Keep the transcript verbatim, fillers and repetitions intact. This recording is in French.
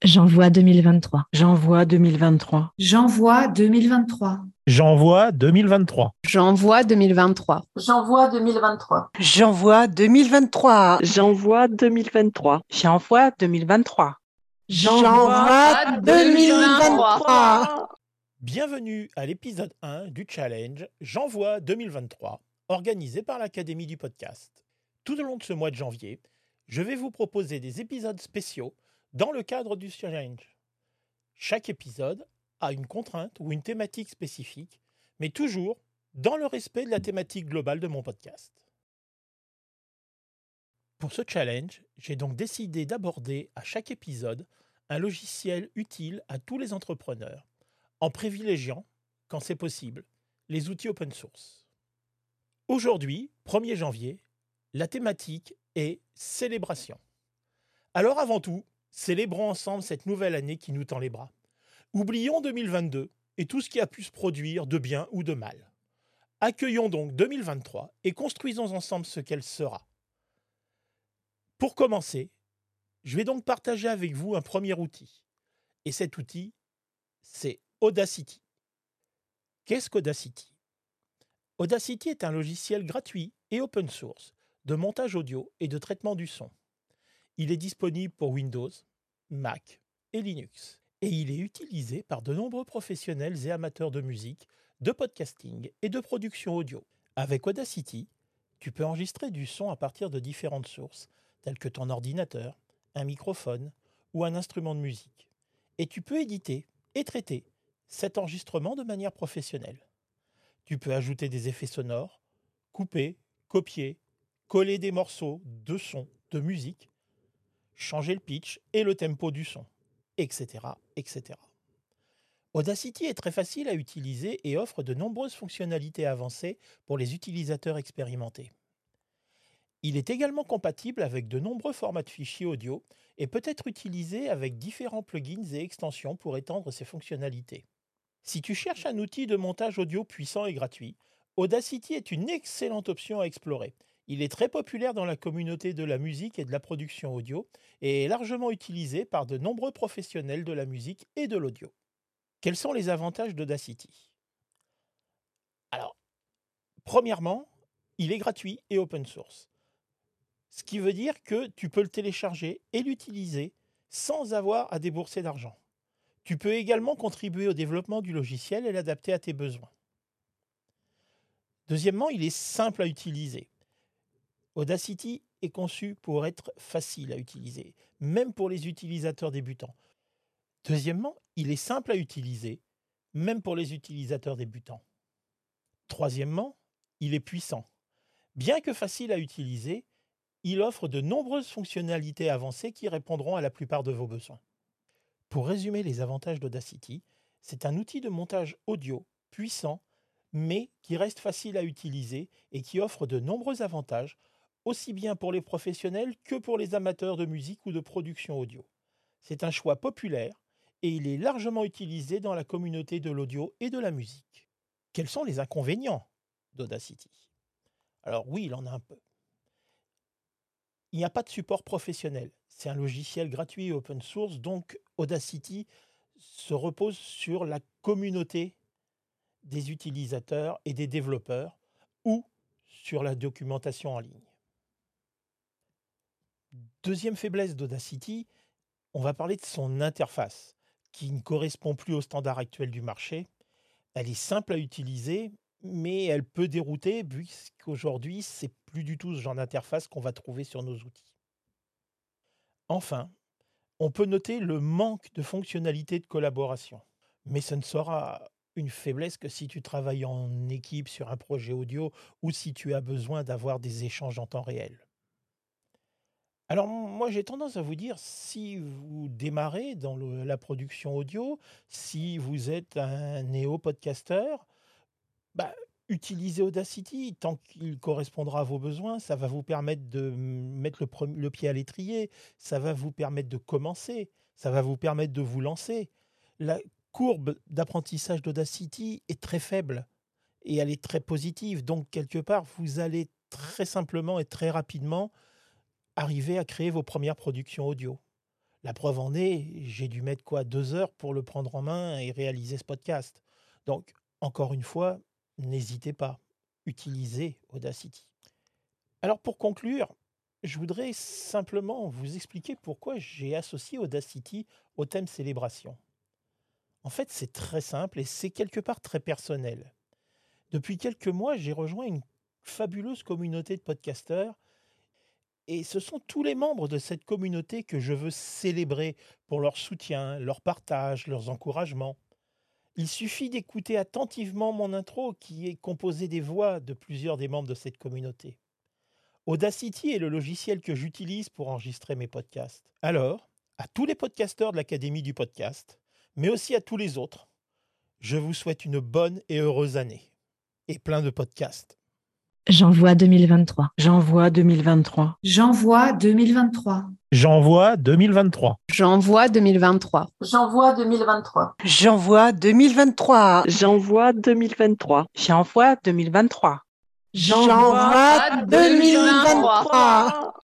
J'envoie deux mille vingt-trois. J'envoie deux mille vingt-trois. J'envoie deux mille vingt-trois. J'envoie deux mille vingt-trois. J'envoie deux mille vingt-trois. J'envoie deux mille vingt-trois. J'envoie deux mille vingt-trois. J'envoie deux mille vingt-trois. J'envoie deux mille vingt-trois. J'envoie deux mille vingt-trois. Bienvenue à l'épisode un du challenge J'envoie deux mille vingt-trois, organisé par l'Académie du podcast. Tout au long de ce mois de janvier, je vais vous proposer des épisodes spéciaux dans le cadre du challenge. Chaque épisode a une contrainte ou une thématique spécifique, mais toujours dans le respect de la thématique globale de mon podcast. Pour ce challenge, j'ai donc décidé d'aborder à chaque épisode un logiciel utile à tous les entrepreneurs, en privilégiant, quand c'est possible, les outils open source. Aujourd'hui, premier janvier, la thématique est célébration. Alors avant tout, célébrons ensemble cette nouvelle année qui nous tend les bras. Oublions deux mille vingt-deux et tout ce qui a pu se produire de bien ou de mal. Accueillons donc deux mille vingt-trois et construisons ensemble ce qu'elle sera. Pour commencer, je vais donc partager avec vous un premier outil. Et cet outil, c'est Audacity. Qu'est-ce qu'Audacity ? Audacity est un logiciel gratuit et open source de montage audio et de traitement du son. Il est disponible pour Windows, Mac et Linux. Et il est utilisé par de nombreux professionnels et amateurs de musique, de podcasting et de production audio. Avec Audacity, tu peux enregistrer du son à partir de différentes sources, telles que ton ordinateur, un microphone ou un instrument de musique. Et tu peux éditer et traiter cet enregistrement de manière professionnelle. Tu peux ajouter des effets sonores, couper, copier, coller des morceaux de son, de musique, changer le pitch et le tempo du son, et cetera, et cetera. Audacity est très facile à utiliser et offre de nombreuses fonctionnalités avancées pour les utilisateurs expérimentés. Il est également compatible avec de nombreux formats de fichiers audio et peut être utilisé avec différents plugins et extensions pour étendre ses fonctionnalités. Si tu cherches un outil de montage audio puissant et gratuit, Audacity est une excellente option à explorer. Il est très populaire dans la communauté de la musique et de la production audio et est largement utilisé par de nombreux professionnels de la musique et de l'audio. Quels sont les avantages d'Audacity ? Alors, premièrement, il est gratuit et open source. Ce qui veut dire que tu peux le télécharger et l'utiliser sans avoir à débourser d'argent. Tu peux également contribuer au développement du logiciel et l'adapter à tes besoins. Deuxièmement, il est simple à utiliser. Audacity est conçu pour être facile à utiliser, même pour les utilisateurs débutants. Deuxièmement, il est simple à utiliser, même pour les utilisateurs débutants. Troisièmement, il est puissant. Bien que facile à utiliser, il offre de nombreuses fonctionnalités avancées qui répondront à la plupart de vos besoins. Pour résumer les avantages d'Audacity, c'est un outil de montage audio puissant, mais qui reste facile à utiliser et qui offre de nombreux avantages, aussi bien pour les professionnels que pour les amateurs de musique ou de production audio. C'est un choix populaire et il est largement utilisé dans la communauté de l'audio et de la musique. Quels sont les inconvénients d'Audacity ? Alors oui, il en a un peu. Il n'y a pas de support professionnel. C'est un logiciel gratuit et open source, donc Audacity se repose sur la communauté des utilisateurs et des développeurs ou sur la documentation en ligne. Deuxième faiblesse d'Audacity, on va parler de son interface, qui ne correspond plus aux standards actuels du marché. Elle est simple à utiliser, mais elle peut dérouter, puisqu'aujourd'hui, c'est plus du tout ce genre d'interface qu'on va trouver sur nos outils. Enfin, on peut noter le manque de fonctionnalités de collaboration. Mais ce ne sera une faiblesse que si tu travailles en équipe sur un projet audio ou si tu as besoin d'avoir des échanges en temps réel. Alors moi j'ai tendance à vous dire, si vous démarrez dans le- la production audio, si vous êtes un néo-podcasteur, bah, utilisez Audacity tant qu'il correspondra à vos besoins. Ça va vous permettre de mettre le, pre- le pied à l'étrier, ça va vous permettre de commencer, ça va vous permettre de vous lancer. La courbe d'apprentissage d'Audacity est très faible et elle est très positive. Donc quelque part, vous allez très simplement et très rapidement arriver à créer vos premières productions audio. La preuve en est, j'ai dû mettre quoi deux heures pour le prendre en main et réaliser ce podcast. Donc, encore une fois, n'hésitez pas, utilisez Audacity. Alors pour conclure, je voudrais simplement vous expliquer pourquoi j'ai associé Audacity au thème célébration. En fait, c'est très simple et c'est quelque part très personnel. Depuis quelques mois, j'ai rejoint une fabuleuse communauté de podcasteurs et ce sont tous les membres de cette communauté que je veux célébrer pour leur soutien, leur partage, leurs encouragements. Il suffit d'écouter attentivement mon intro qui est composée des voix de plusieurs des membres de cette communauté. Audacity est le logiciel que j'utilise pour enregistrer mes podcasts. Alors, à tous les podcasteurs de l'Académie du podcast, mais aussi à tous les autres, je vous souhaite une bonne et heureuse année. Et plein de podcasts. J'envoie deux mille vingt-trois. J'envoie deux mille vingt-trois. J'envoie deux mille vingt-trois. J'envoie deux mille vingt-trois. J'envoie deux mille vingt-trois. J'envoie deux mille vingt-trois. J'envoie deux mille vingt-trois. J'envoie deux mille vingt-trois. J'envoie deux mille vingt-trois. J'envoie deux mille vingt-trois.